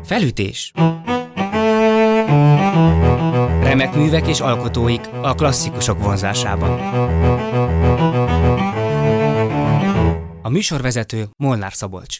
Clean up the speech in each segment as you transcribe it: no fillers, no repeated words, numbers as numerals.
Felütés. Remek művek és alkotóik a klasszikusok vonzásában. A műsorvezető Molnár Szabolcs.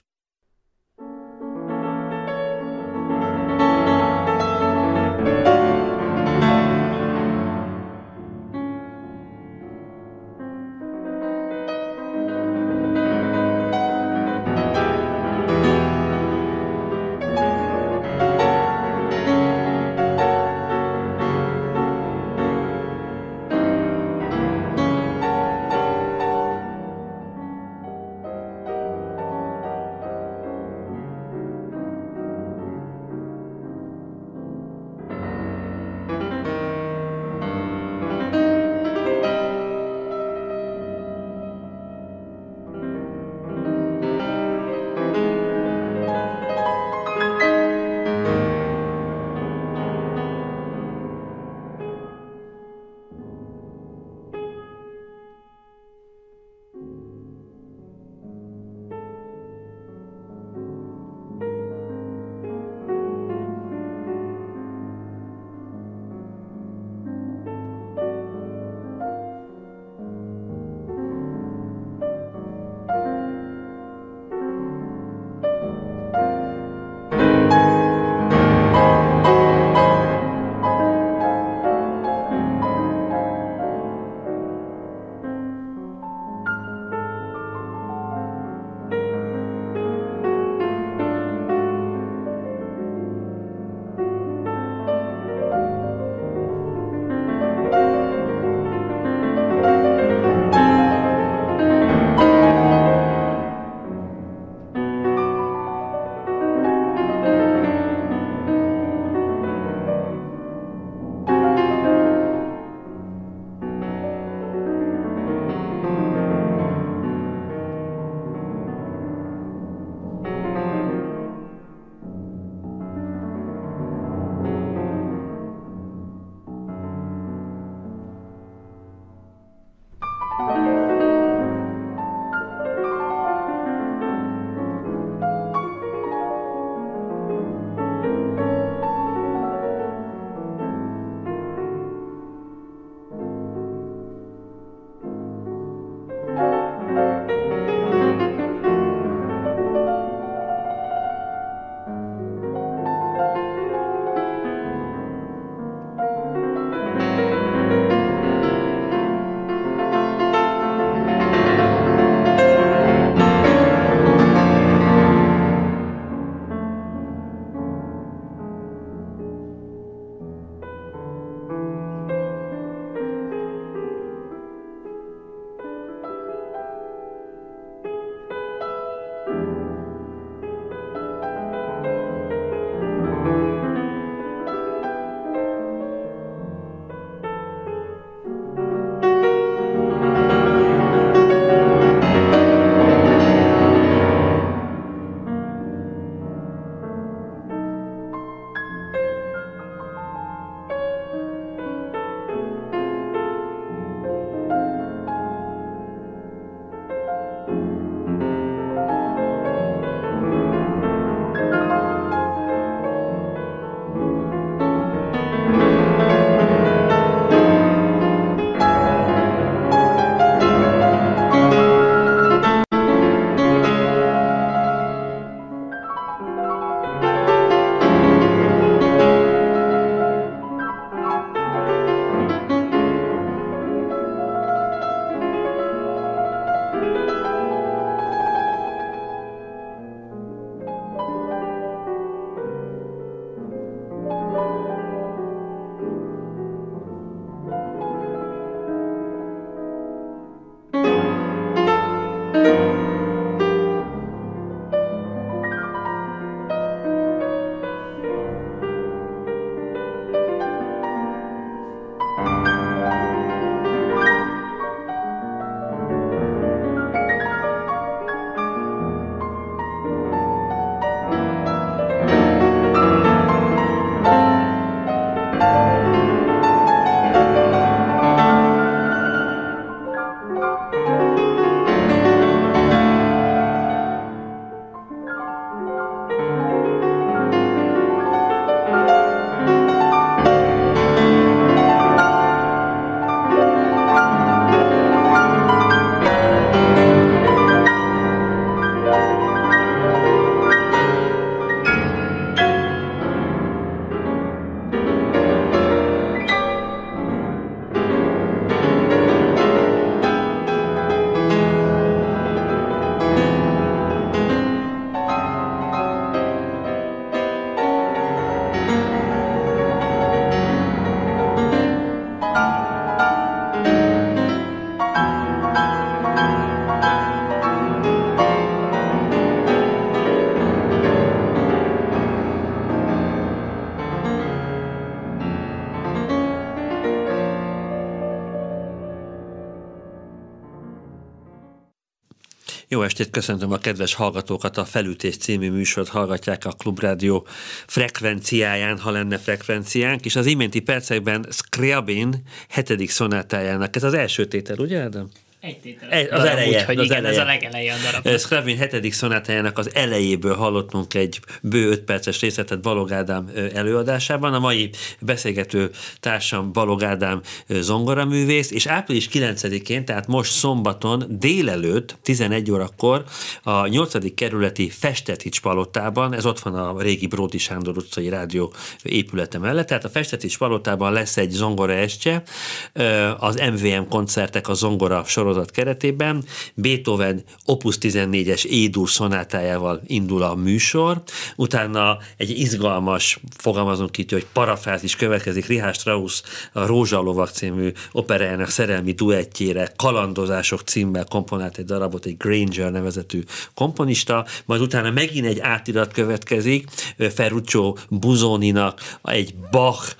Jó estét, köszöntöm a kedves hallgatókat, a Felütés című műsort hallgatják a Klubrádió frekvenciáján, ha lenne frekvenciánk, és az iménti percekben Scriabin 7. szonátájának, ez az első tétel, ugye Ádám? Egy tétel. Az eleje. Úgyhogy igen, eleje. Ez a legeleje a darab. Scriabin 7. szonátájának az elejéből hallottunk egy bő 5 perces részletet Balogh Ádám előadásában. A mai beszélgető társam Balogh Ádám zongoraművész, és április 9-én, tehát most szombaton délelőtt 11 órakor a 8. kerületi Festetics palotában, ez ott van a régi Bródi Sándor utcai rádió épülete mellett, tehát a Festetics palotában lesz egy zongora estje, az MVM koncertek a zongora sorozat keretében. Beethoven Opus 14-es E-dur szonátájával indul a műsor, utána egy izgalmas, fogalmazunk itt, hogy parafrázis következik Richard Strauss a Rózsalovak című operájának szerelmi duettjére Kalandozások címmel komponált egy darabot egy Granger nevezetű komponista, majd utána megint egy átirat következik Ferruccio Busoninak egy Bach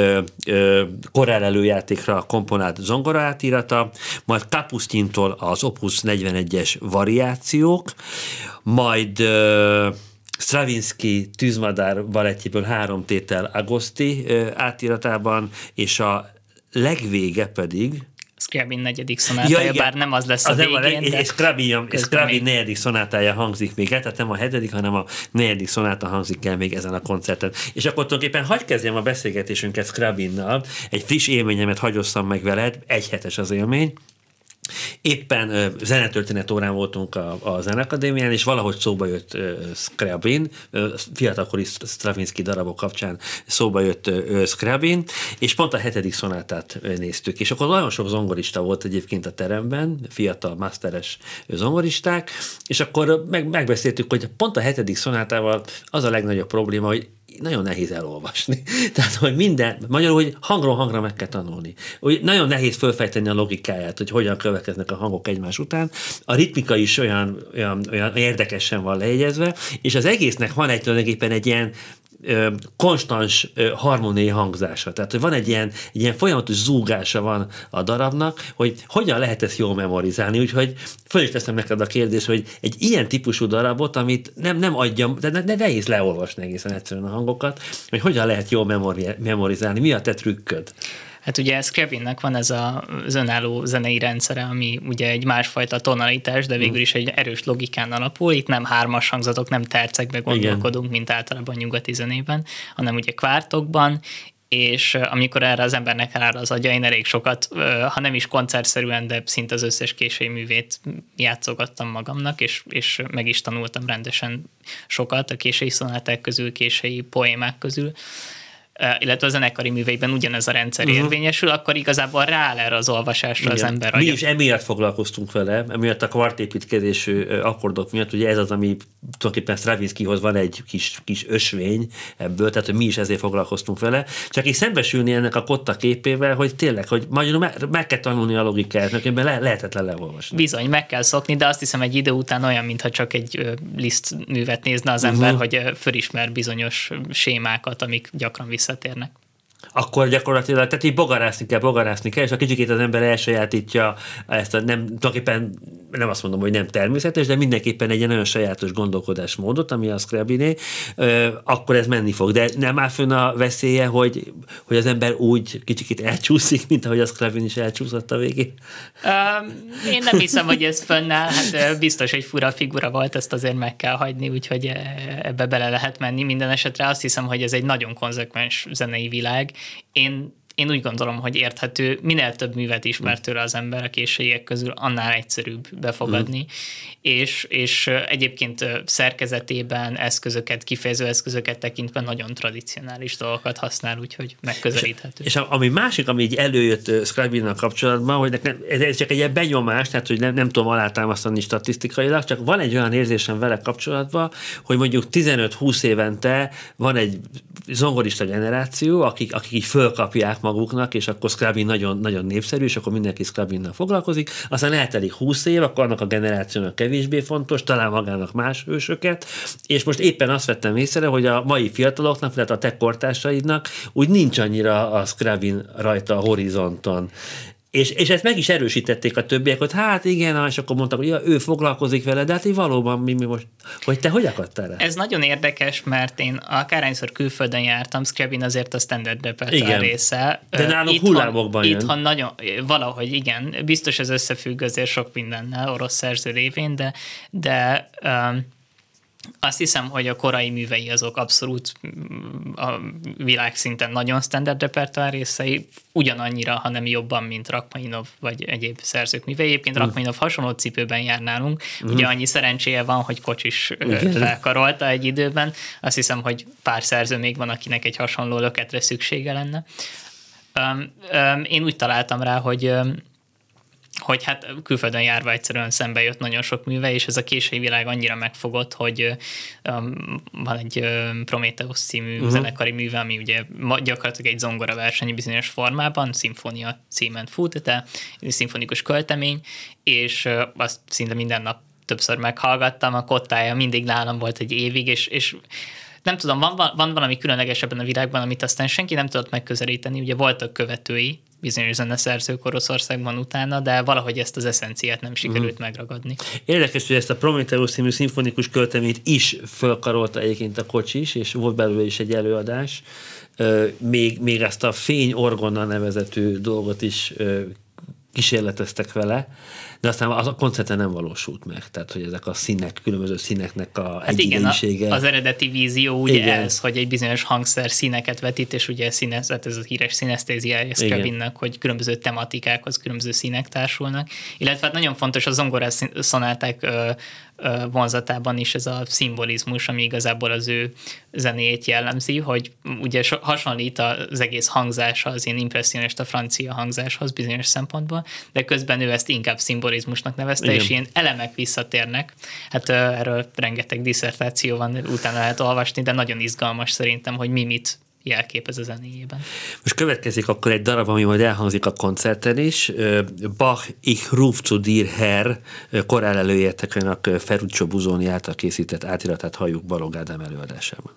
korál előjátékra komponált zongora átirata, majd Kapuscintól az Opus 41-es variációk, majd Stravinsky Tűzmadár balettjéből 3 tétel Agosti átiratában, és a legvége pedig Scriabin 4. szonátája, bár nem az lesz a végén. És Scriabin 4. szonátája hangzik még el, tehát nem a 7., hanem a 4. szonáta hangzik el még ezen a koncerten. És akkor tulajdonképpen hadd kezdjem a beszélgetésünket Scriabinnal, egy friss élményemet hagyosszam meg veled, 1 hetes az élmény. Éppen zenetörténet órán voltunk a Zeneakadémián, és valahogy szóba jött Scriabin, fiatalkori Stravinsky darabok kapcsán szóba jött Scriabin, és pont a 7. szonátát néztük. És akkor nagyon sok zongorista volt egyébként a teremben, fiatal, masteres zongoristák, és akkor megbeszéltük, hogy pont a 7. szonátával az a legnagyobb probléma, hogy nagyon nehéz elolvasni. Tehát, hogy minden, magyarul, hogy hangról hangra meg kell tanulni. Hogy nagyon nehéz fölfejteni a logikáját, hogy hogyan következnek a hangok egymás után. A ritmika is olyan érdekesen van lejegyezve, és az egésznek van tulajdonképpen egy ilyen konstans harmóniai hangzása. Tehát, hogy van egy ilyen folyamatos zúgása van a darabnak, hogy hogyan lehet ezt jól memorizálni. Úgyhogy föl is teszem neked a kérdést, hogy egy ilyen típusú darabot, amit nem adja, de nehéz leolvasni egészen egyszerűen a hangokat, hogy hogyan lehet jól memorizálni. Mi a te trükköd? Hát ugye Scriabinnek van ez az önálló zenei rendszere, ami ugye egy másfajta tonalitás, de végül is egy erős logikán alapul. Itt nem 3-as hangzatok, nem tercekbe gondolkodunk, mint általában nyugati zenében, hanem ugye kvártokban, és amikor erre az embernek áll az agya, én elég sokat, ha nem is koncertszerűen, de szinte az összes késői művét játszogattam magamnak, és meg is tanultam rendesen sokat a késői szonáták közül, késői poémák közül, illetve a zenekari műveiben ugyanez a rendszer érvényesül, akkor igazából rááll erre az olvasásra az ember agya. Mi is emiatt foglalkoztunk vele, emiatt a kvartépítkezésű akkordok miatt, ugye ez az, ami tulajdonképpen Stravinskyhoz van egy kis ösvény ebből, tehát hogy mi is ezért foglalkoztunk vele, csak így szembesülni ennek a kotta képével, hogy tényleg, hogy magyarul meg kell tanulni a logikáját, mert lehetetlen leolvasni. Bizony, meg kell szokni, de azt hiszem egy idő után olyan, mintha csak egy Liszt művet nézne az ember, hogy fölismer bizonyos sémákat, amik gyakran visszatérnek. Akkor gyakorlatilag, tehát így bogarászni kell, és a kicsikét az ember elsajátítja ezt tulajdonképpen nem azt mondom, hogy nem természetes, de mindenképpen egy nagyon sajátos gondolkodásmódot, ami a Scriabiné, akkor ez menni fog. De nem áll fönn a veszélye, hogy az ember úgy kicsikét elcsúszik, mint ahogy a Scriabin is elcsúszott a végén? Én nem hiszem, hogy ez fönnáll. Hát biztos, egy fura figura volt, ezt azért meg kell hagyni, úgyhogy ebbe bele lehet menni. Minden esetre azt hiszem, hogy ez egy nagyon konzekvens zenei világ. Én úgy gondolom, hogy érthető, minél több művet ismer tőle az ember a későiek közül, annál egyszerűbb befogadni, és egyébként szerkezetében kifejező eszközöket tekintve nagyon tradicionális dolgokat használ, úgyhogy megközelíthető. És ami másik, ami így előjött Scriabinnal kapcsolatban, hogy ez csak egy ilyen benyomás, tehát hogy nem tudom alátámasztani statisztikailag, csak van egy olyan érzésem vele kapcsolatban, hogy mondjuk 15-20 évente van egy zongorista generáció, akik így fölkapják maguknak, és akkor Scriabin nagyon, nagyon népszerű, és akkor mindenki Scriabinnal foglalkozik. Aztán eltelik 20 év, akkor annak a generációnak kevésbé fontos, talán magának más hősöket, és most éppen azt vettem észre, hogy a mai fiataloknak, tehát a te kortársaidnak úgy nincs annyira a Scriabin rajta a horizonton. És ezt meg is erősítették a többiek, hogy hát igen, és akkor mondtak, hogy ja, ő foglalkozik vele, de hát így valóban mi most, hogy te hogy akadtál rá? Ez nagyon érdekes, mert én akárhányszor külföldön jártam, Scrabble azért a standard repertoire része. De nálunk hullámokban jön. Itthon nagyon, valahogy igen, biztos ez összefügg azért sok mindennel, orosz szerző révén, de azt hiszem, hogy a korai művei azok abszolút a világszinten nagyon standard repertoire részei, ugyanannyira, hanem jobban, mint Rachmaninov vagy egyéb szerzők művei. Egyébként Rachmaninov hasonló cipőben jár nálunk, ugye annyi szerencséje van, hogy Kocsis felkarolta egy időben. Azt hiszem, hogy pár szerző még van, akinek egy hasonló löketre szüksége lenne. Én úgy találtam rá, hogy hát külföldön járva egyszerűen szembe jött nagyon sok műve, és ez a késői világ annyira megfogott, hogy van egy Prometheus című zenekari műve, ami ugye gyakorlatilag egy zongora verseny bizonyos formában, szimfónia címen fut, de szimfonikus költemény, és azt szinte minden nap többször meghallgattam, a kottája mindig nálam volt egy évig, és nem tudom, van valami különleges ebben a világban, amit aztán senki nem tudott megközelíteni, ugye voltak követői, bizonyos zeneszerzők Oroszországban utána, de valahogy ezt az eszenciát nem sikerült megragadni. Érdekes, hogy ezt a Prometheus című szimfonikus költeményt is fölkarolta egyébként a Kocsis, és volt belőle is egy előadás. Még ezt a fényorgona nevezetű dolgot is kísérleteztek vele, de aztán a koncerten nem valósult meg. Tehát, hogy ezek a színek, különböző színeknek a egyidejűsége. Igen, az eredeti vízió ugye ez, hogy egy bizonyos hangszer színeket vetít, és ugye ez a híres szinesztéziája Scrabble-nek, hogy különböző tematikákhoz különböző színek társulnak. Illetve hát nagyon fontos a zongorás szonáták vonzatában is ez a szimbolizmus, ami igazából az ő zenéjét jellemzi, hogy ugye hasonlít az egész hangzása az ilyen impresszionista francia hangzáshoz bizonyos szempontból, de közben ő ezt inkább szimbolizmusnak nevezte, igen. És ilyen elemek visszatérnek. Hát erről rengeteg disszertáció van, utána lehet olvasni, de nagyon izgalmas szerintem, hogy mit jelképez a zenéjében. Most következik akkor egy darab, ami majd elhangzik a koncerten is. Bach Ich ruf zu dir Herr korál előértekőnek Ferruccio Busoni által készített átiratát halljuk Balogh Ádám előadásában.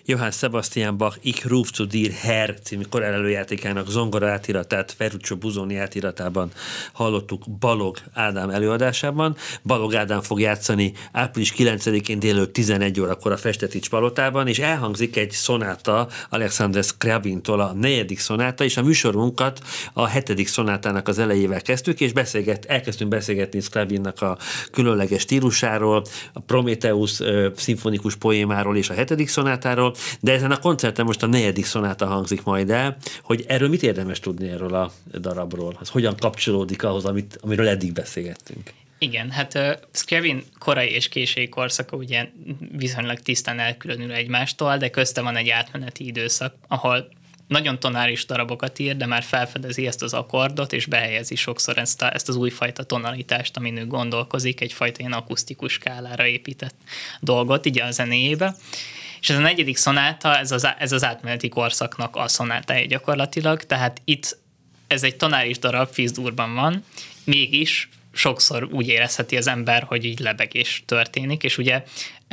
Johann Sebastian Bach Ich ruf zu dir Herr című korálelőjátékának zongora átiratát Ferruccio Busoni átiratában hallottuk Balogh Ádám előadásában. Balogh Ádám fog játszani április 9-én délelőtt 11 órakor a Festetics palotában, és elhangzik egy szonáta Alexander Scriabintól, a 4. szonáta, és a műsorunkat a 7. szonátának az elejével kezdtük, és elkezdtünk beszélgetni Scriabinnak a különleges stílusáról, a Prometheus szimfonikus poémáról és a 7. szonátáról, de ezen a koncerten most a 4. szonáta hangzik majd el, hogy erről mit érdemes tudni erről a darabról? Ez hogyan kapcsolódik ahhoz, amiről eddig beszélgettünk? Igen, hát Scriabin korai és késői korszaka ugye viszonylag tisztán elkülönül egymástól, de közte van egy átmeneti időszak, ahol nagyon tonális darabokat ír, de már felfedezi ezt az akkordot, és behelyezi sokszor ezt az újfajta tonalitást, amin ő gondolkozik, egyfajta ilyen akusztikus skálára épített dolgot, így a zenéjébe. És ez a 4. szonáta, ez az átmeneti korszaknak a szonátája gyakorlatilag, tehát itt ez egy tonális darab, Fis-durban van, mégis sokszor úgy érezheti az ember, hogy így lebegés történik, és ugye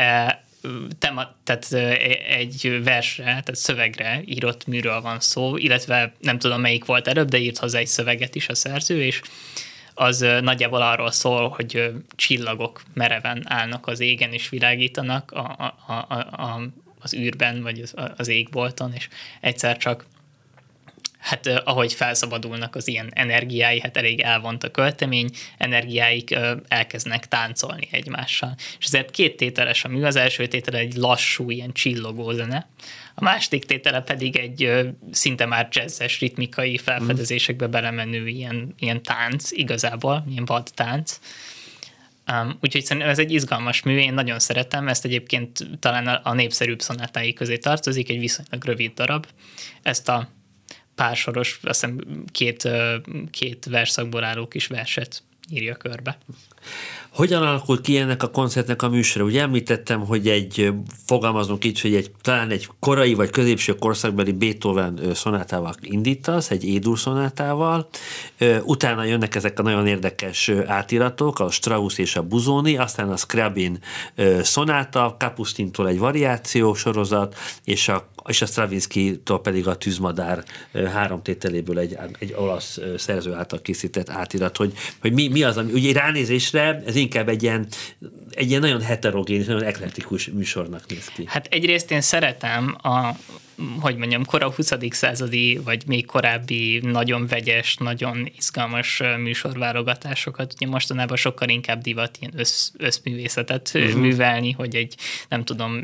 tehát egy versre, tehát szövegre írott műről van szó, illetve nem tudom melyik volt előbb, de írt hozzá egy szöveget is a szerző, és az nagyjából arról szól, hogy csillagok mereven állnak az égen és világítanak az űrben, vagy az égbolton, és egyszer csak hát ahogy felszabadulnak az ilyen energiái, hát elég elvont a költemény, energiáik elkezdenek táncolni egymással. És ezért 2 tételes a mű, az első tétele egy lassú, ilyen csillogó zene, a második tétele pedig egy szinte már jazzes, ritmikai felfedezésekbe belemenő ilyen tánc, igazából, ilyen vad tánc. Úgyhogy szerintem ez egy izgalmas mű, én nagyon szeretem, ezt egyébként talán a népszerűbb szonátái közé tartozik, egy viszonylag rövid darab. Ezt a pársoros, azt hiszem 2 versszakból álló kis verset írja körbe. Hogyan alakult ki ennek a koncertnek a műsora? Ugye említettem, hogy fogalmazunk így, hogy talán egy korai vagy középső korszakbeli Beethoven szonátával indítasz, egy E-dur szonátával, utána jönnek ezek a nagyon érdekes átiratok, a Strauss és a Busoni, aztán a Scriabin szonáta, Kapustintól egy variáció sorozat, és a Stravinsky-tól pedig a Tűzmadár 3 tételéből egy olasz szerző által készített átirat, hogy mi az, ami ugye ránézésre ez inkább egy ilyen nagyon heterogén, nagyon eklektikus műsornak néz ki. Hát egyrészt én szeretem kora 20. századi, vagy még korábbi nagyon vegyes, nagyon izgalmas műsorválogatásokat. Ugye mostanában sokkal inkább divat ilyen összművészetet művelni, hogy egy, nem tudom,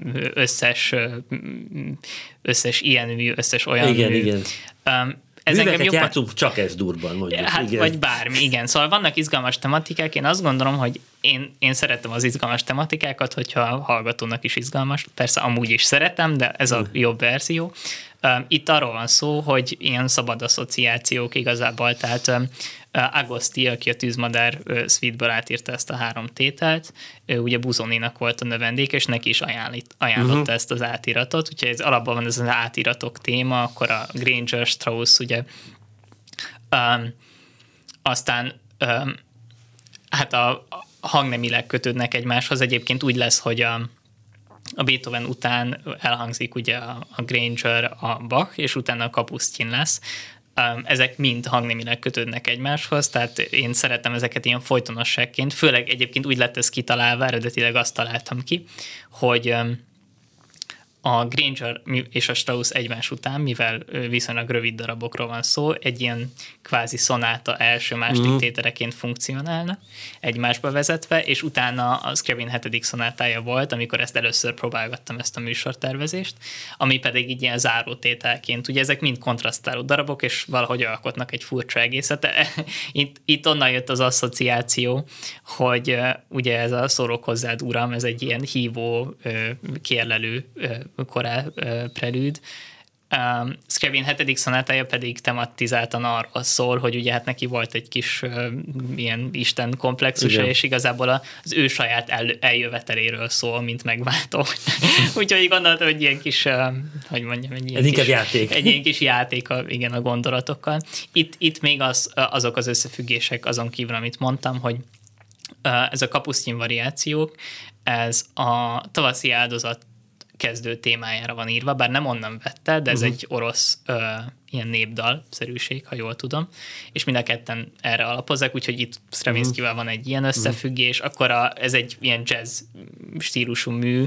összes ilyen mű, összes olyan igen, mű. Igen. Műveket játszunk csak ez durban, mondjuk. Hát, igen. Vagy bármi, igen. Szóval vannak izgalmas tematikák, én azt gondolom, hogy én szeretem az izgalmas tematikákat, hogyha a hallgatónak is izgalmas. Persze amúgy is szeretem, de ez a jobb verzió. Itt arról van szó, hogy ilyen szabad asszociációk igazából, tehát Agosti, aki a Tűzmadár Suite-ből átírta ezt a 3 tételt, ugye Busoninak volt a növendék, és neki is ajánlotta ezt az átiratot, úgyhogy ez alapban van ez az átiratok téma, akkor a Granger, Strauss, ugye. Aztán hát a hangnemileg kötődnek egymáshoz, egyébként úgy lesz, hogy a Beethoven után elhangzik ugye a Granger, a Bach, és utána a Kapustin lesz. Ezek mind hangnemileg kötődnek egymáshoz, tehát én szeretem ezeket ilyen folytonosságként, főleg egyébként úgy lett ez kitalálva, eredetileg azt találtam ki, hogy a Granger és a Strauss egymás után, mivel viszonylag rövid darabokról van szó, egy ilyen kvázi szonáta első-második tételeként funkcionálna, egymásba vezetve, és utána a Scriabin 7. szonátája volt, amikor ezt először próbálgattam, ezt a műsortervezést, ami pedig így ilyen zárótételként. Ugye ezek mind kontrasztáló darabok, és valahogy alkotnak egy furcsa egészet. Itt onnan jött az asszociáció, hogy ugye ez a Szólok hozzád, uram, ez egy ilyen hívó, kérlelő korál prelűd. Scriabin 7. szonátája pedig tematizáltan arról szól, hogy ugye hát neki volt egy kis ilyen isten komplexusa, igen. És igazából az ő saját eljöveteléről szól, mint megváltó. Úgyhogy gondoltam, hogy ilyen kis, hogy mondjam, egy ilyen kis játék a gondolatokkal. Itt még azok az összefüggések azon kívül, amit mondtam, hogy ez a Kapustin variációk, ez a tavaszi áldozat kezdő témájára van írva, bár nem onnan vette, de ez egy orosz ilyen népdalszerűség, ha jól tudom, és mind a ketten erre alapozzák, úgyhogy itt Stravinskyval van egy ilyen összefüggés, akkor ez egy ilyen jazz stílusú mű,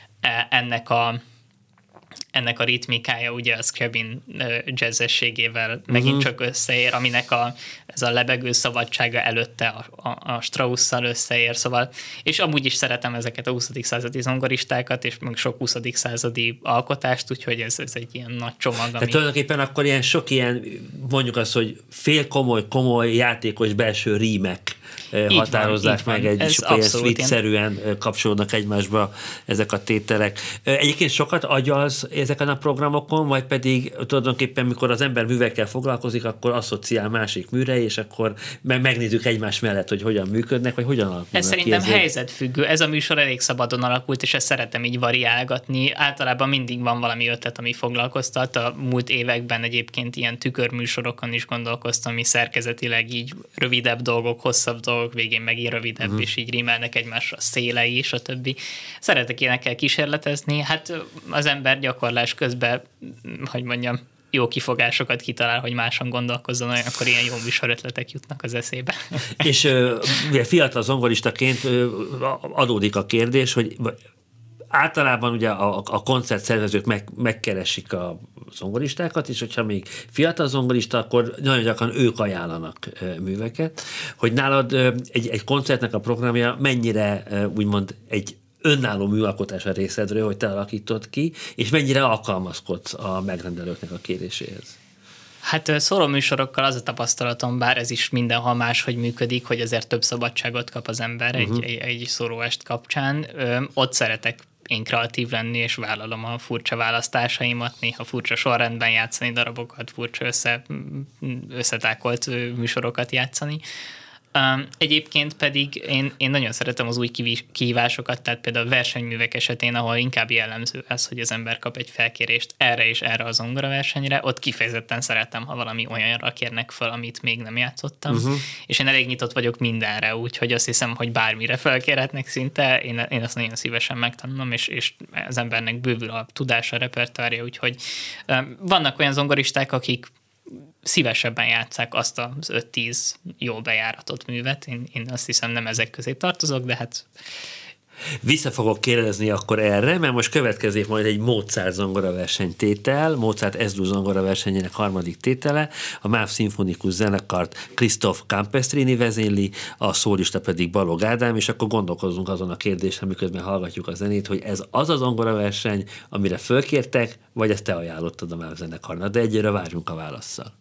ennek a ritmikája ugye a Scriabin jazzességével megint csak összeér, aminek ez a lebegő szabadsága előtte a Strausszal összeér, szóval, és amúgy is szeretem ezeket a 20. századi zongoristákat, és meg sok 20. századi alkotást, úgyhogy ez egy ilyen nagy csomag. Tehát tulajdonképpen akkor ilyen sok ilyen, mondjuk azt, hogy fél komoly játékos belső rímek határozzák meg, és akkor ilyen suite-szerűen kapcsolódnak egymásba ezek a tételek. Egyébként sokat agyalsz ezeken a programokon, vagy pedig tulajdonképpen, mikor az ember művekkel foglalkozik, akkor asszociál másik műre, és akkor megnézzük egymás mellett, hogy hogyan működnek, vagy hogyan alakulnak. Ez szerintem helyzetfüggő. Ez a műsor elég szabadon alakult, és ezt szeretem így variálgatni. Általában mindig van valami ötlet, ami foglalkoztat. A múlt években egyébként ilyen tükörműsorokon is gondolkoztam, ami szerkezetileg így rövidebb dolgok, hosszabb dolgok, végén megint rövidebb, és így rímelnek egymásra szélei, és a többi. Szeretek ilyenekkel kísérletezni. Hát az ember gyakorlás közben, hogy mondjam, jó kifogásokat kitalál, hogy máson gondolkozzon, akkor ilyen jó műsorötletek jutnak az eszébe. És ugye fiatal zongoristaként adódik a kérdés, hogy általában ugye a koncertszervezők megkeresik a zongoristákat, és hogyha még fiatal zongorista, akkor nagyon gyakran ők ajánlanak műveket. Hogy nálad egy koncertnek a programja mennyire úgymond egy önálló műalkotás a részedről, hogy te alakítod ki, és mennyire alkalmazkodsz a megrendelőknek a kéréséhez? Hát szólóműsorokkal az a tapasztalatom, bár ez is mindenhol máshogy működik, hogy azért több szabadságot kap az ember egy szólóest kapcsán. Ott szeretek én kreatív lenni, és vállalom a furcsa választásaimat, néha furcsa sorrendben játszani darabokat, furcsa összetákolt műsorokat játszani. Egyébként pedig én nagyon szeretem az új kihívásokat, tehát például versenyművek esetén, ahol inkább jellemző ez, hogy az ember kap egy felkérést erre és erre a zongoraversenyre, ott kifejezetten szeretem, ha valami olyanra kérnek fel, amit még nem játszottam, és én elég nyitott vagyok mindenre, úgyhogy azt hiszem, hogy bármire felkérhetnek szinte, én azt nagyon szívesen megtanulom, és az embernek bővül a tudása, a repertoárja, úgyhogy vannak olyan zongoristák, akik szívesebben játsszák azt az 5-10 jó bejáratott művet. Én azt hiszem, nem ezek közé tartozok, de hát... Vissza fogok kérdezni akkor erre, mert most következik majd egy Mozart zongoraverseny tétel, Mozart S-dur zongoraversenyének harmadik tétele, a MÁV szimfonikus zenekart Christoph Campestrini vezényli, a szólista pedig Balogh Ádám, és akkor gondolkozzunk azon a kérdésen, miközben hallgatjuk a zenét, hogy ez az a zongoraverseny, amire fölkértek, vagy ezt te ajánlottad a MÁV zenekarnak, de egyre várjunk a válasszal.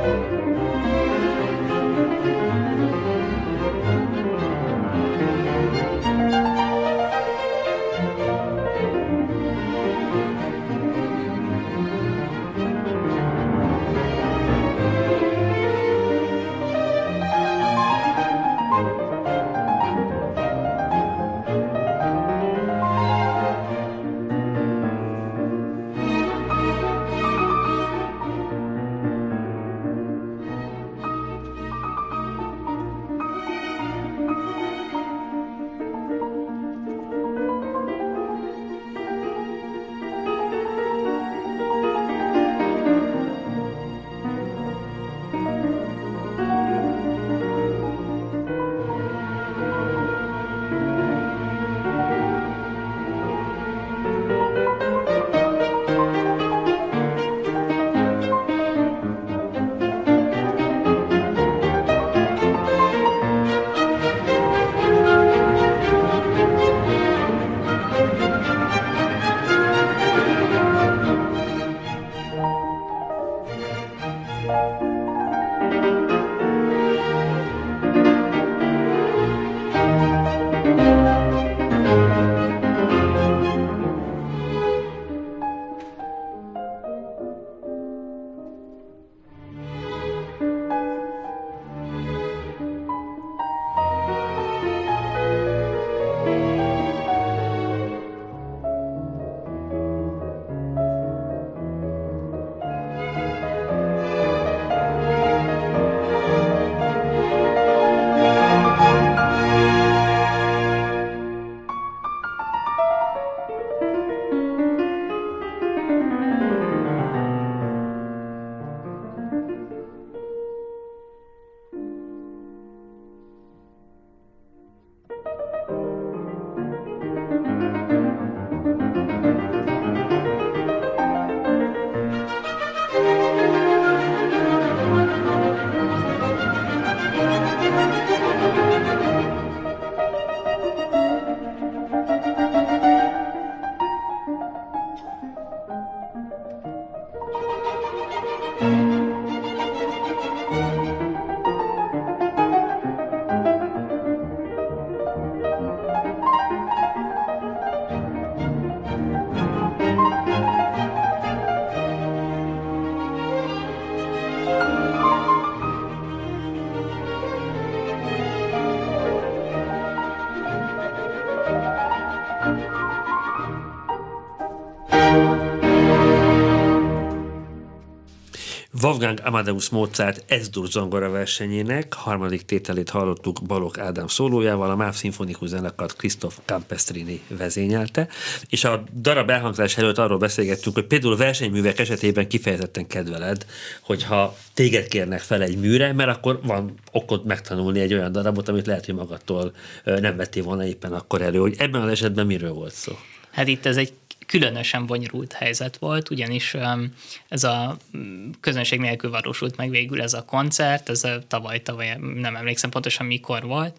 Wolfgang Amadeus Mozart S-dur zongora versenyének harmadik tételét hallottuk Balogh Ádám szólójával, a MÁV szimfonikus zenekart Christoph Campestrini vezényelte, és a darab elhangzás előtt arról beszélgettünk, hogy például versenyművek esetében kifejezetten kedveled, hogyha téged kérnek fel egy műre, mert akkor van okod megtanulni egy olyan darabot, amit lehet, hogy magadtól nem vettél volna éppen akkor elő, hogy ebben az esetben miről volt szó? Hát itt ez egy különösen bonyolult helyzet volt, ugyanis ez a közönség nélkül valósult meg végül ez a koncert, ez tavaly nem emlékszem pontosan mikor volt,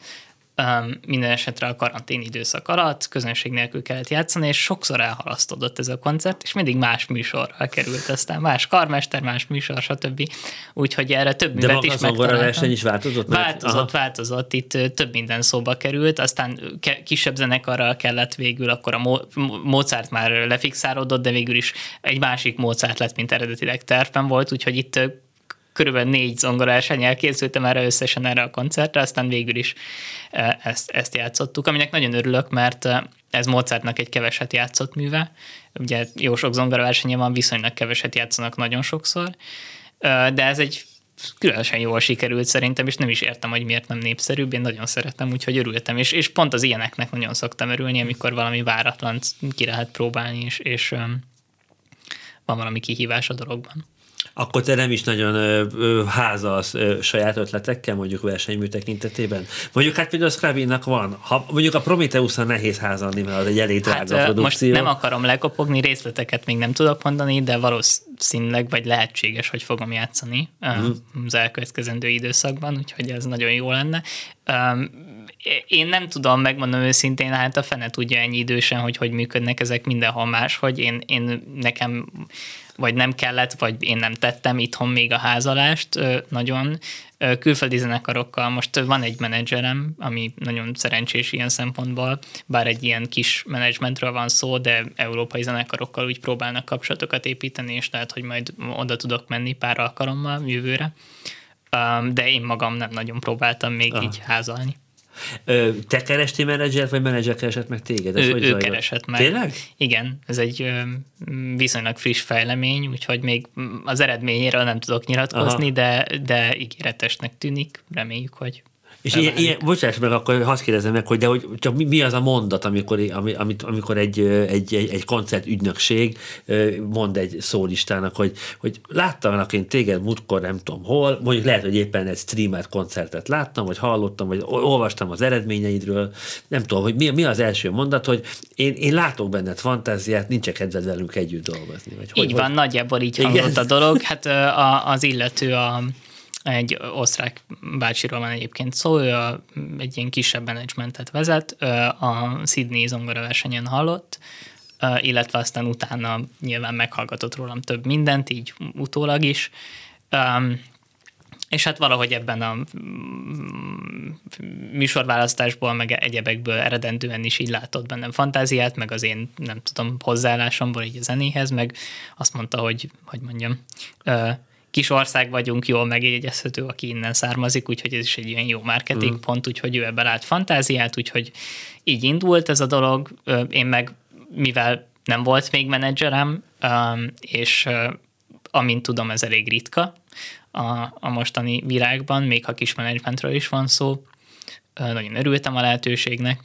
minden esetre a karantén időszak alatt közönség nélkül kellett játszani, és sokszor elhalasztódott ez a koncert, és mindig más műsorra került, aztán más karmester, más műsor, stb. Úgyhogy erre több művet is megtaláltam. De maga a verseny is változott? Változott, itt több minden szóba került, aztán kisebb zenekarral kellett végül, akkor a Mozart már lefixálódott, de végül is egy másik Mozart lett, mint eredetileg tervben volt, úgyhogy itt körülbelül 4 zongoraversennyel készültem összesen erre a koncertre, aztán végül is ezt játszottuk, aminek nagyon örülök, mert ez Mozartnak egy keveset játszott műve. Ugye jó sok zongoraversenye van, viszonylag keveset játszanak nagyon sokszor, de ez egy különösen jól sikerült szerintem, és nem is értem, hogy miért nem népszerűbb, én nagyon szeretem, úgyhogy örültem, és pont az ilyeneknek nagyon szoktam örülni, amikor valami váratlan ki lehet próbálni, és van valami kihívás a dologban. Akkor te nem is nagyon házalsz saját ötletekkel, mondjuk versenymű tekintetében? Mondjuk hát például a Scriabinnak van. Mondjuk a Prometheusra nehéz házalni, mert az egy elég drága produkció. Most nem akarom lekopogni, részleteket még nem tudok mondani, de valószínűleg vagy lehetséges, hogy fogom játszani az elkövetkezendő időszakban, úgyhogy ez nagyon jó lenne. Én nem tudom, megmondom őszintén, hát a fene tudja ennyi idősen, hogy működnek ezek mindenhol máshogy. Nekem vagy nem kellett, vagy én nem tettem itthon még a házalást nagyon. Külföldi zenekarokkal most van egy menedzserem, ami nagyon szerencsés ilyen szempontból, bár egy ilyen kis menedzsmentről van szó, de európai zenekarokkal úgy próbálnak kapcsolatokat építeni, és lehet, hogy majd oda tudok menni pár alkalommal jövőre. De én magam nem nagyon próbáltam még így házalni. Te kerestél menedzsert, vagy menedzser keresett meg téged? Ő keresett meg. Tényleg? Igen, ez egy viszonylag friss fejlemény, úgyhogy még az eredményéről nem tudok nyilatkozni, de ígéretesnek tűnik, reméljük, hogy és bocsáss meg, akkor azt kérdezem meg, hogy csak mi az a mondat, amikor egy koncertügynökség mond egy szólistának, hogy láttam én téged múltkor nem tudom hol, mondjuk lehet, hogy éppen egy streamert koncertet láttam, vagy hallottam, vagy olvastam az eredményeidről, nem tudom, hogy mi az első mondat, hogy én látok benned fantáziát, nincs kedved velünk együtt dolgozni. Vagy így van, nagyjából így hangzott a dolog. Hát az illető egy osztrák bácsiról van egyébként szó, ő egy ilyen kisebb menedzsmentet vezet, a Sydney zongoraversenyen hallott, illetve aztán utána nyilván meghallgatott rólam több mindent, így utólag is, és hát valahogy ebben a műsorválasztásból, meg egyebekből eredendően is így látott bennem fantáziát, meg az én, nem tudom, hozzáállásomból így a zenéhez, meg azt mondta, hogy mondjam, kis ország vagyunk, jól megjegyezhető, aki innen származik, úgyhogy ez is egy ilyen jó marketing pont, úgyhogy ő ebbe lát fantáziát, úgyhogy így indult ez a dolog. Én meg, mivel nem volt még menedzserem, és amint tudom, ez elég ritka a mostani világban, még ha kis menedzsmentről is van szó, nagyon örültem a lehetőségnek,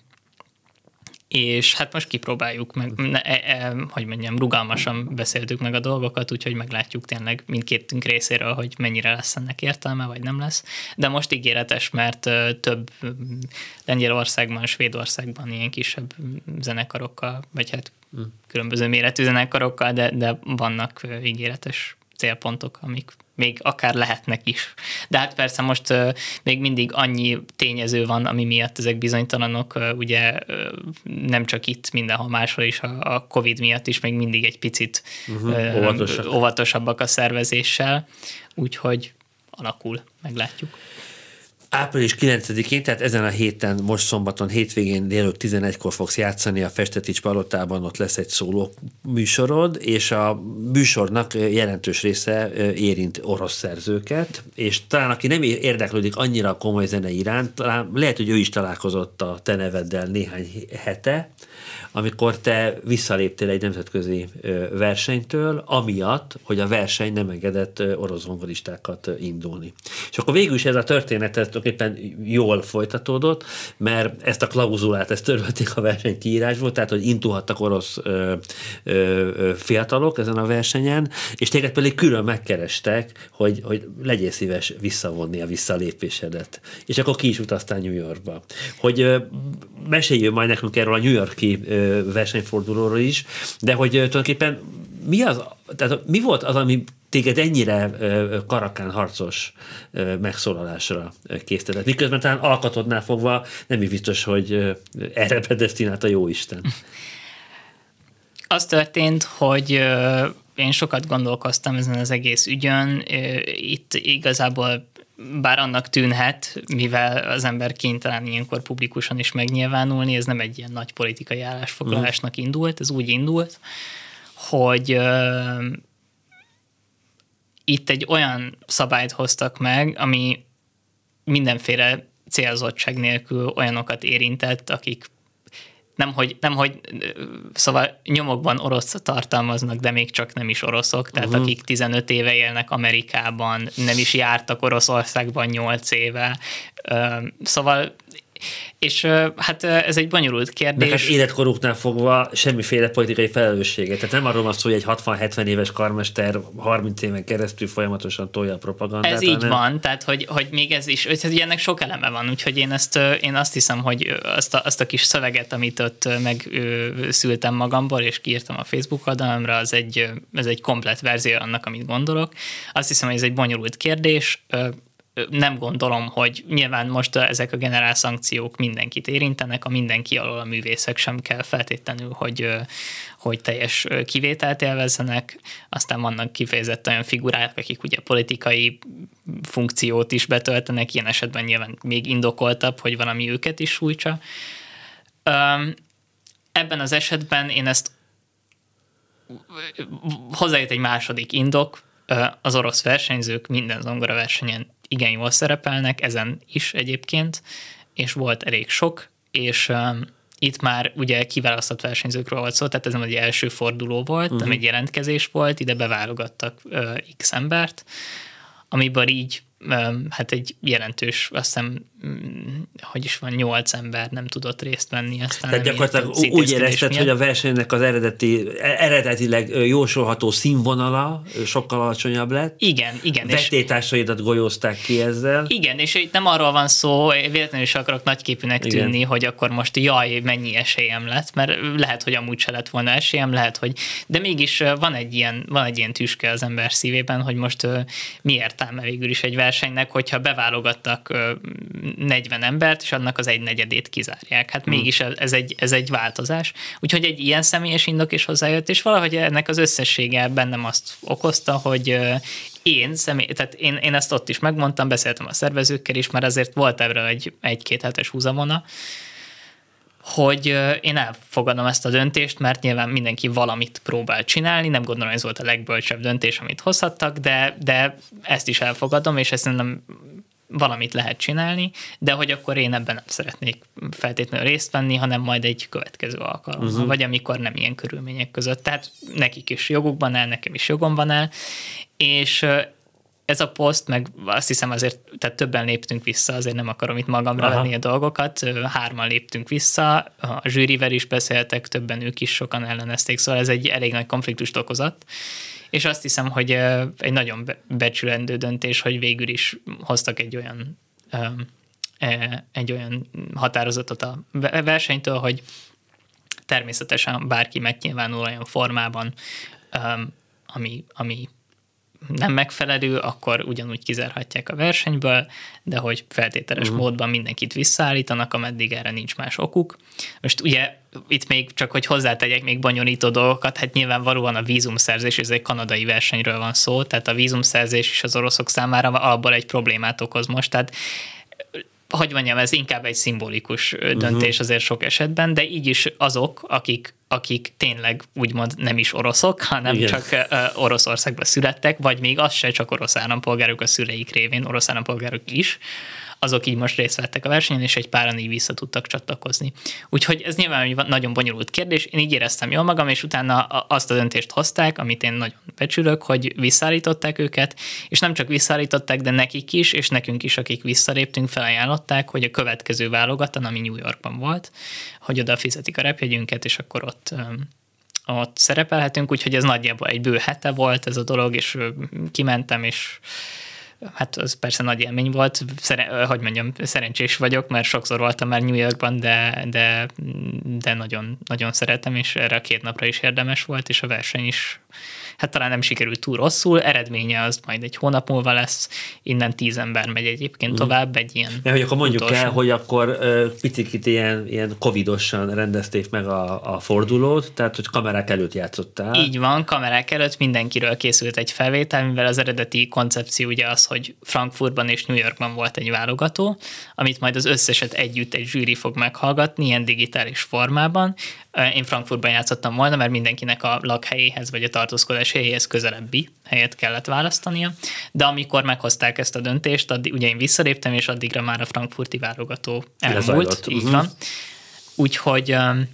és hát most kipróbáljuk meg, hogy mondjam, rugalmasan beszéltük meg a dolgokat, úgyhogy meglátjuk tényleg mindkétünk részéről, hogy mennyire lesz ennek értelme, vagy nem lesz. De most ígéretes, mert több Lengyelországban, Svédországban ilyen kisebb zenekarokkal, vagy hát különböző méretű zenekarokkal, de vannak ígéretes célpontok, amik még akár lehetnek is. De hát persze most még mindig annyi tényező van, ami miatt ezek bizonytalanok, ugye nem csak itt, mindenhol máshol is, a Covid miatt is még mindig egy picit óvatosabbak a szervezéssel, úgyhogy alakul, meglátjuk. Április 9-én, tehát ezen a héten, most szombaton, hétvégén délután 11-kor fogsz játszani a Festetics Palotában, ott lesz egy szóló műsorod, és a műsornak jelentős része érint orosz szerzőket, és talán aki nem érdeklődik annyira a komoly zene iránt, talán lehet, hogy ő is találkozott a te neveddel néhány hete, amikor te visszaléptél egy nemzetközi versenytől, amiatt, hogy a verseny nem engedett orosz zongoristákat indulni. És akkor végül is ez a történet tulajdonképpen jól folytatódott, mert ezt a klauzulát, ezt törölték a verseny kiírásból, tehát, hogy indulhattak orosz fiatalok ezen a versenyen, és téged pedig külön megkerestek, hogy legyél szíves visszavonni a visszalépésedet. És akkor ki is utaztál New Yorkba. Hogy meséljünk majd nekünk erről a New York-i versenyfordulóról is, de hogy tulajdonképpen mi volt az, ami téged ennyire karakán harcos megszólalásra késztetett? Miközben talán alkatodnál fogva nem is biztos, hogy erre predesztinált a jóisten. Az történt, hogy én sokat gondolkoztam ezen az egész ügyön. Itt igazából bár annak tűnhet, mivel az ember kénytelen ilyenkor publikusan is megnyilvánulni, ez nem egy ilyen nagy politikai állásfoglalásnak indult, ez úgy indult, hogy itt egy olyan szabályt hoztak meg, ami mindenféle célzottság nélkül olyanokat érintett, akik nemhogy szóval nyomokban orosz tartalmaznak, de még csak nem is oroszok, tehát akik 15 éve élnek Amerikában, nem is jártak Oroszországban 8 éve. Szóval és hát ez egy bonyolult kérdés. De hát életkoruknál fogva semmiféle politikai felelőssége. Tehát nem arról van szó, hogy egy 60-70 éves karmester 30 éven keresztül folyamatosan tolja a propagandát. Ez így van, tehát hogy még ez is, hogy ennek sok eleme van, úgyhogy én azt hiszem, hogy azt a kis szöveget, amit ott megszültem magamból, és kiírtam a Facebook oldalamra, ez egy komplett verzió annak, amit gondolok. Azt hiszem, hogy ez egy bonyolult kérdés. nem gondolom, hogy nyilván most ezek a generál szankciók mindenkit érintenek, a mindenki alól a művészek sem kell feltétlenül, hogy teljes kivételt élvezzenek, aztán vannak kifejezetten olyan figurák, akik ugye politikai funkciót is betöltenek, ilyen esetben nyilván még indokoltabb, hogy valami őket is sújtsa. Ebben az esetben én ezt hozzájött egy második indok, az orosz versenyzők minden zongoraversenyen igen jól szerepelnek, ezen is egyébként, és volt elég sok, és itt már ugye kiválasztott versenyzőkről volt szó, tehát ez nem egy első forduló volt, nem egy jelentkezés volt, ide beválogattak X embert, amiből így hát egy jelentős, azt hiszem, hogy is van, 8 ember nem tudott részt venni. Aztán tehát gyakorlatilag úgy érezted, hogy a versenynek az eredetileg jósolható színvonala sokkal alacsonyabb lett? Igen. Vetétársaidat golyózták ki ezzel? Igen, és itt nem arról van szó, véletlenül is akarok nagyképűnek tűnni, igen, hogy akkor most jaj, mennyi esélyem lett, mert lehet, hogy amúgy se lett volna esélyem, lehet, hogy... De mégis van egy ilyen tüske az ember szívében, hogy most mi értelme végül is egy versenynek, hogyha beválogattak 40 embert, és annak az 1/4 kizárják. Hát mégis ez egy változás. Úgyhogy egy ilyen személyes indok is hozzájött, és valahogy ennek az összessége bennem azt okozta, hogy tehát én ezt ott is megmondtam, beszéltem a szervezőkkel is, mert azért volt ebből egy-két hetes húzamona, hogy én elfogadom ezt a döntést, mert nyilván mindenki valamit próbál csinálni, nem gondolom, hogy ez volt a legbölcsebb döntés, amit hozhattak, de ezt is elfogadom, és ezt nem valamit lehet csinálni, de hogy akkor én ebben nem szeretnék feltétlenül részt venni, hanem majd egy következő alkalommal, vagy amikor nem ilyen körülmények között. Tehát nekik is jogukban áll, nekem is jogomban áll, és ez a poszt, meg azt hiszem azért, tehát többen léptünk vissza, azért nem akarom itt magamra venni a dolgokat, 3-an léptünk vissza, a zsűrivel is beszéltek, többen ők is sokan ellenezték, szóval ez egy elég nagy konfliktust okozott, és azt hiszem, hogy egy nagyon becsülendő döntés, hogy végül is hoztak egy olyan határozatot a versenytől, hogy természetesen bárki megnyilvánul olyan formában, ami nem megfelelő, akkor ugyanúgy kizárhatják a versenyből, de hogy feltételes módban mindenkit visszaállítanak, ameddig erre nincs más okuk. Most ugye itt még csak, hogy hozzátegyek még bonyolító dolgokat, hát nyilvánvalóan a vízumszerzés, ez egy kanadai versenyről van szó, tehát a vízumszerzés is az oroszok számára alapból egy problémát okoz most, tehát hogy mondjam, ez inkább egy szimbolikus döntés azért sok esetben, de így is azok, akik tényleg úgymond nem is oroszok, hanem igen, csak Oroszországban születtek, vagy még az se csak orosz állampolgárok a szüleik révén, orosz állampolgárok is, azok így most részt vettek a versenyen, és egy páran így vissza tudtak csatlakozni. Úgyhogy ez nyilván egy nagyon bonyolult kérdés. Én így éreztem jól magam, és utána azt a döntést hozták, amit én nagyon becsülök, hogy visszaállították őket, és nem csak visszaállították, de nekik is, és nekünk is, akik visszaléptünk, felajánlották, hogy a következő válogatón, ami New Yorkban volt, hogy oda fizetik a repjegyünket, és akkor ott szerepelhetünk, úgyhogy ez nagyjából egy bő hete volt ez a dolog, és kimentem, és hát az persze nagy élmény volt, hogy mondjam, szerencsés vagyok, mert sokszor voltam már New Yorkban, de nagyon, nagyon szeretem, és erre a 2 napra is érdemes volt, és a verseny is, hát talán nem sikerült túl rosszul, eredménye az majd egy hónap múlva lesz, innen 10 ember megy egyébként tovább, egy ilyen hogy akkor mondjuk el, hogy akkor picit ilyen covidosan rendezték meg a fordulót, tehát hogy kamerák előtt játszottál. Így van, kamerák előtt mindenkiről készült egy felvétel, mivel az eredeti koncepció ugye az, hogy Frankfurtban és New Yorkban volt egy válogató, amit majd az összeset együtt egy zsűri fog meghallgatni, ilyen digitális formában. Én Frankfurtban játszottam volna, mert mindenkinek a lakhelyéhez vagy a tartózkodás helyéhez közelebbi helyet kellett választania, de amikor meghozták ezt a döntést, ugye én visszaléptem, és addigra már a frankfurti válogató elmúlt. Így van. Úgyhogy...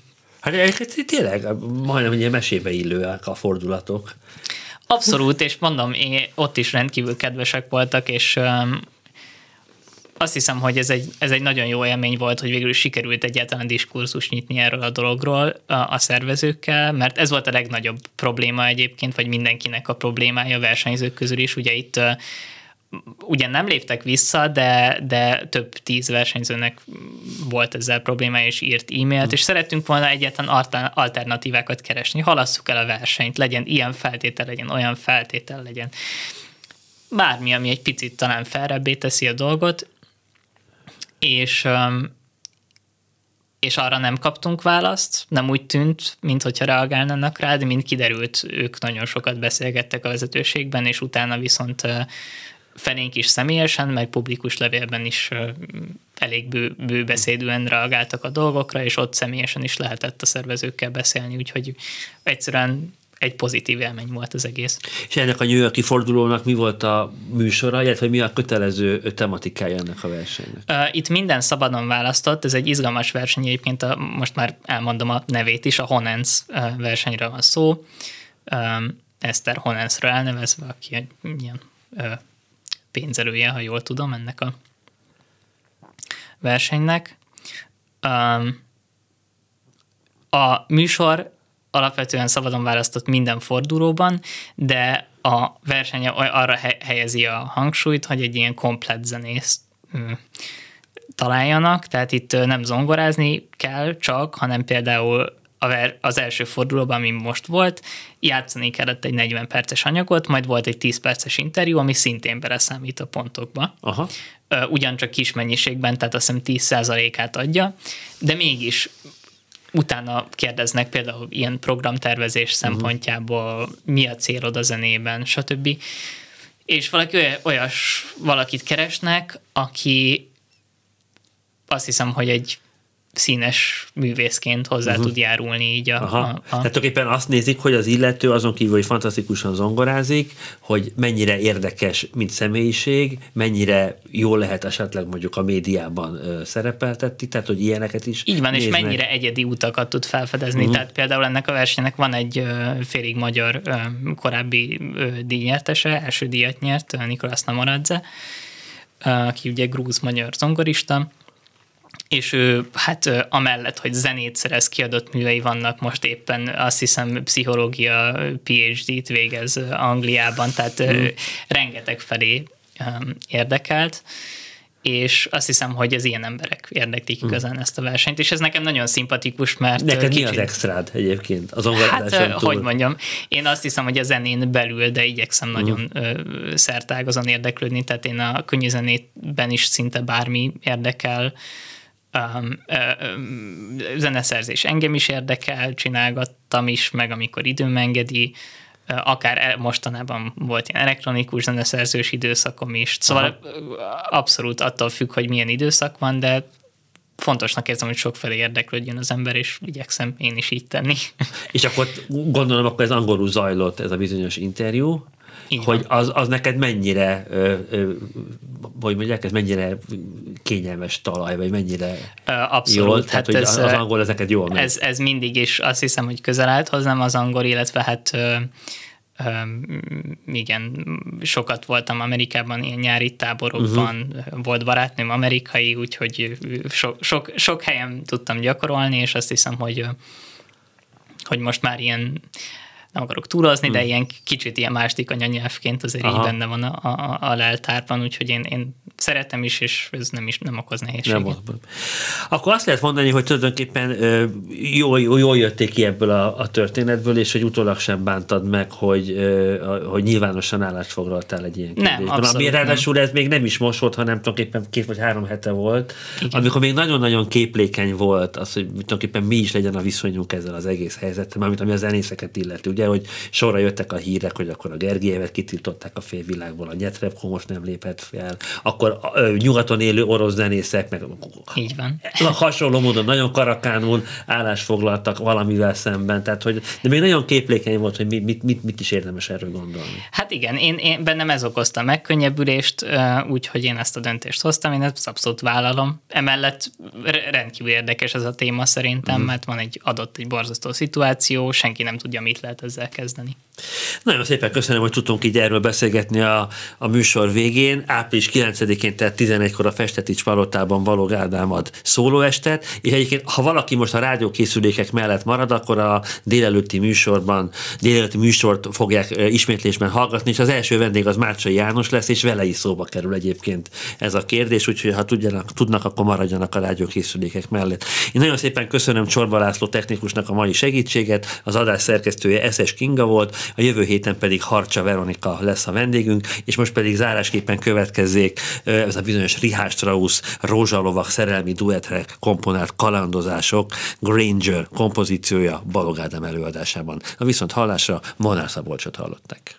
Hát tényleg majdnem ugye mesébe illőek a fordulatok. Abszolút, és mondom, ott is rendkívül kedvesek voltak, és azt hiszem, hogy ez egy nagyon jó élmény volt, hogy végül is sikerült egyáltalán diskurzus nyitni erről a dologról a szervezőkkel, mert ez volt a legnagyobb probléma egyébként, vagy mindenkinek a problémája a versenyzők közül is. Ugye itt ugyan nem léptek vissza, de több 10 versenyzőnek volt ezzel problémája, és írt e-mailt, és szerettünk volna egyáltalán alternatívákat keresni. Halasszuk el a versenyt, legyen ilyen feltétel, legyen olyan feltétel, legyen. bármi, ami egy picit talán felrebbé teszi a dolgot, és arra nem kaptunk választ, nem úgy tűnt, minthogyha reagálnának rá, de mint kiderült, ők nagyon sokat beszélgettek a vezetőségben, és utána viszont felénk is személyesen, meg publikus levélben is elég bőbeszédűen reagáltak a dolgokra, és ott személyesen is lehetett a szervezőkkel beszélni, úgyhogy egyszerűen egy pozitív élmény volt az egész. És ennek a New York-i fordulónak mi volt a műsora, illetve mi a kötelező tematikája ennek a versenynek? Itt minden szabadon választott, ez egy izgalmas verseny, egyébként most már elmondom a nevét is, a Honens versenyre van szó, Eszter Honensra elnevezve, aki egy ilyen pénzelője, ha jól tudom, ennek a versenynek. A műsor alapvetően szabadon választott minden fordulóban, de a verseny arra helyezi a hangsúlyt, hogy egy ilyen komplett zenészt találjanak, tehát itt nem zongorázni kell csak, hanem például az első fordulóban, ami most volt, játszani kellett egy 40 perces anyagot, majd volt egy 10 perces interjú, ami szintén beleszámít a pontokba. Aha. Ugyancsak kis mennyiségben, tehát azt hiszem 10%-át adja, de mégis utána kérdeznek például ilyen programtervezés szempontjából, mi a célod a zenében, stb. És valakit keresnek, aki azt hiszem, hogy egy színes művészként hozzá tud járulni így Tehát tulajdonképpen azt nézik, hogy az illető azon kívül, hogy fantasztikusan zongorázik, hogy mennyire érdekes, mint személyiség, mennyire jól lehet esetleg mondjuk a médiában szerepeltetni, tehát hogy ilyeneket is így van, néznek. És mennyire egyedi utakat tud felfedezni. Tehát például ennek a versenynek van egy félig magyar korábbi díjnyertese, első díjat nyert, Nikolás Namoradze, aki ugye grúz-magyar zongorista, és ő, hát amellett, hogy zenét szerez, kiadott művei vannak, most éppen azt hiszem pszichológia PhD-t végez Angliában, tehát rengeteg felé érdekelt, és azt hiszem, hogy az ilyen emberek érdeklik igazán ezt a versenyt, és ez nekem nagyon szimpatikus, mert neked mi az extrád egyébként az zongorázáson túl? Hogy mondjam, én azt hiszem, hogy a zenén belül, de igyekszem nagyon szertágazon érdeklődni, tehát én a könnyű zenében is szinte bármi érdekel, zeneszerzés engem is érdekel, csinálgattam is, meg amikor időm engedi, akár mostanában volt ilyen elektronikus zeneszerzős időszakom is, szóval abszolút attól függ, hogy milyen időszak van, de fontosnak érzem, hogy sokfelé érdeklődjön az ember, és igyekszem én is így tenni. És akkor gondolom, akkor ez angolul zajlott ez a bizonyos interjú, hogy az neked mennyire, hogy mondják, ez mennyire kényelmes talaj, vagy mennyire abszolút, jól, tehát hogy az angol ez neked jól megy. Ez mindig is azt hiszem, hogy közel állt hozzám az angol, illetve hát igen, sokat voltam Amerikában, ilyen nyári táborokban, volt barátnőm amerikai, úgyhogy sok helyen tudtam gyakorolni, és azt hiszem, hogy most már ilyen nem akarok túlozni, de ilyen kicsit ilyen második anyanyelvként azért így benne van a leltárban, úgyhogy én szeretem is, és ez nem okoz nehézséget. Akkor azt lehet mondani, hogy tulajdonképpen jól jötték ki ebből a történetből, és hogy utólag sem bántad meg, hogy nyilvánosan állást foglaltál egy ilyen kérdésben. Ami ráadásul ez még nem is most volt, hanem tulajdonképpen 2 vagy 3 hete volt, igen. Amikor még nagyon-nagyon képlékeny volt az, hogy tulajdonképpen mi is legyen a viszonyunk ezzel az egész helyzettel, mármint ami a zenészeket illeti. Ugye, hogy sorra jöttek a hírek, hogy akkor a Gergijevet kitiltották a félvilágból, a Nyetrebko most nem lépett fel, akkor nyugaton élő orosz zenészek, meg így van. Hasonló módon nagyon karakánul állásfoglaltak valamivel szemben, tehát hogy, de még nagyon képlékeny volt, hogy mit is érdemes erről gondolni. Hát igen, én bennem ez okozta megkönnyebbülést, úgyhogy én ezt a döntést hoztam, én ezt abszolút vállalom. Emellett rendkívül érdekes ez a téma szerintem, mert van egy borzasztó szituáció, senki nem tudja, mit lehet ezzel kezdeni. Nagyon szépen köszönöm, hogy tudtunk így erről beszélgetni a műsor végén. Április 9-én, tehát 11-kor a Festetics Palotában Balogh Ádám ad szólóestet, és egyébként, ha valaki most a rádiókészülékek mellett marad, akkor a délelőtti műsort fogják ismétlésben hallgatni, és az első vendég az Márcsai János lesz, és vele is szóba kerül egyébként ez a kérdés, úgyhogy ha tudnak, akkor maradjanak a rádiókészülékek mellett. Én nagyon szépen köszönöm Csorba László technikusnak a mai segítséget, az adás szerkesztője Eszes Mézes Kinga volt, a jövő héten pedig Harcsa Veronika lesz a vendégünk, és most pedig zárásképpen következzék ez a bizonyos Richard Strauss rózsalovak szerelmi duettre komponált kalandozások Granger kompozíciója Balogh Ádám előadásában. A viszont hallásra Molnár Szabolcsot hallották.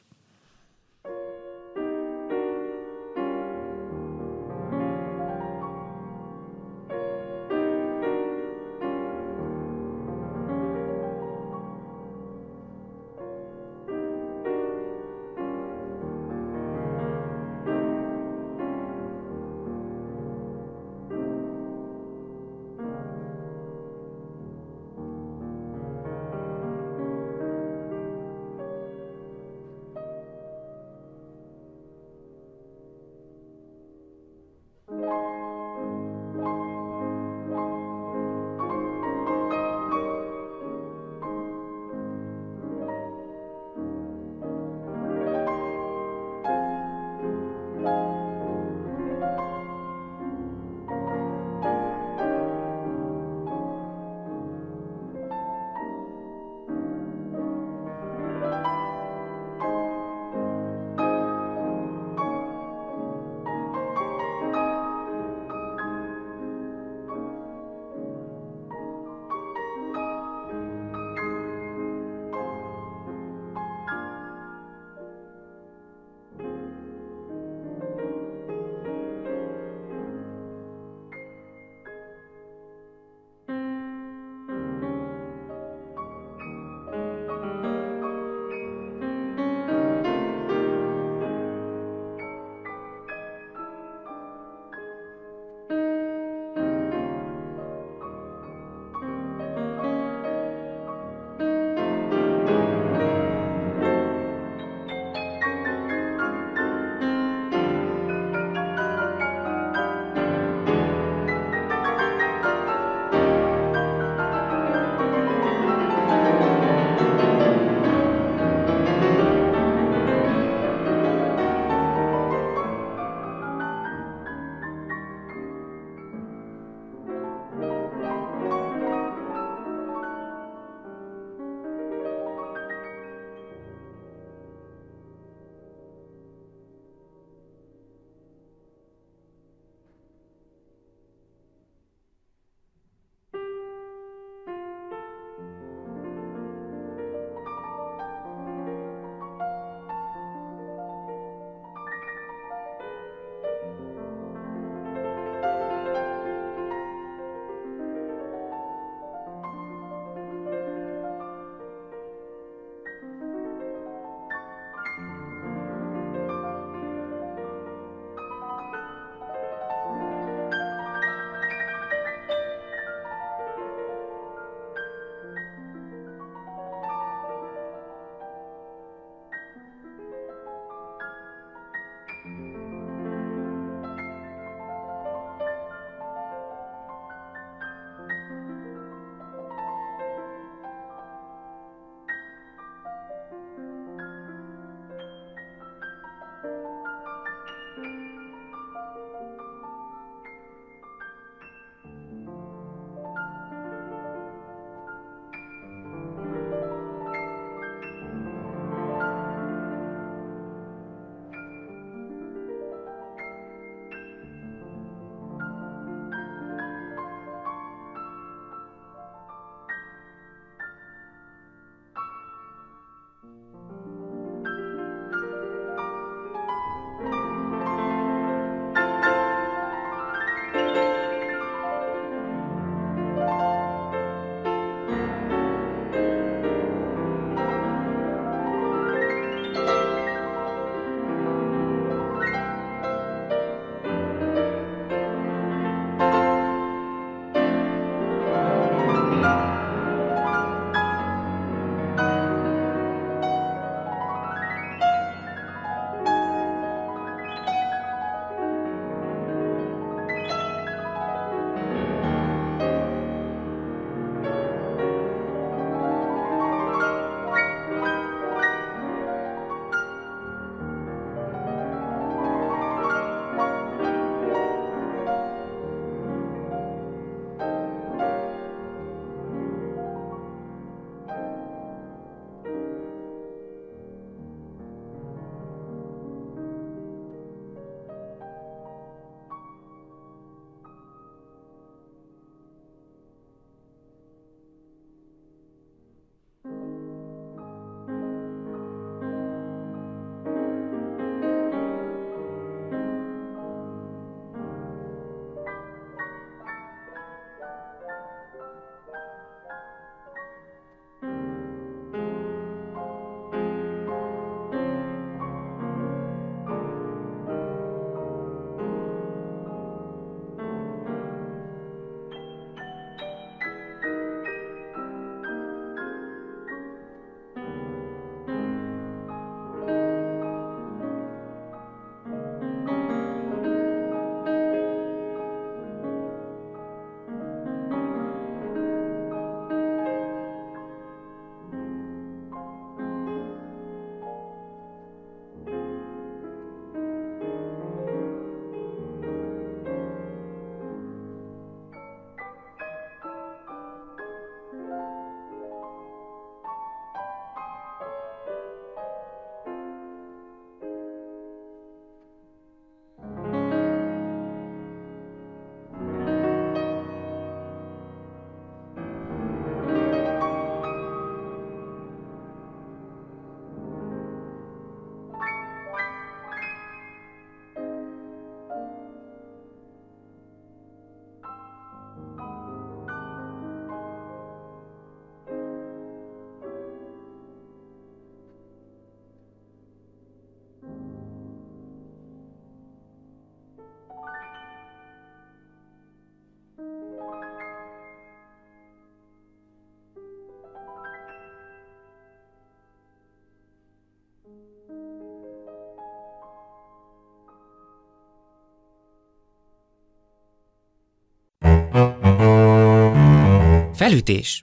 Felütés.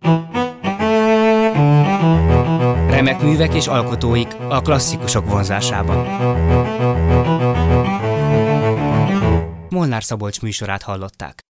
Remek művek és alkotóik a klasszikusok vonzásában. Molnár Szabolcs műsorát hallották.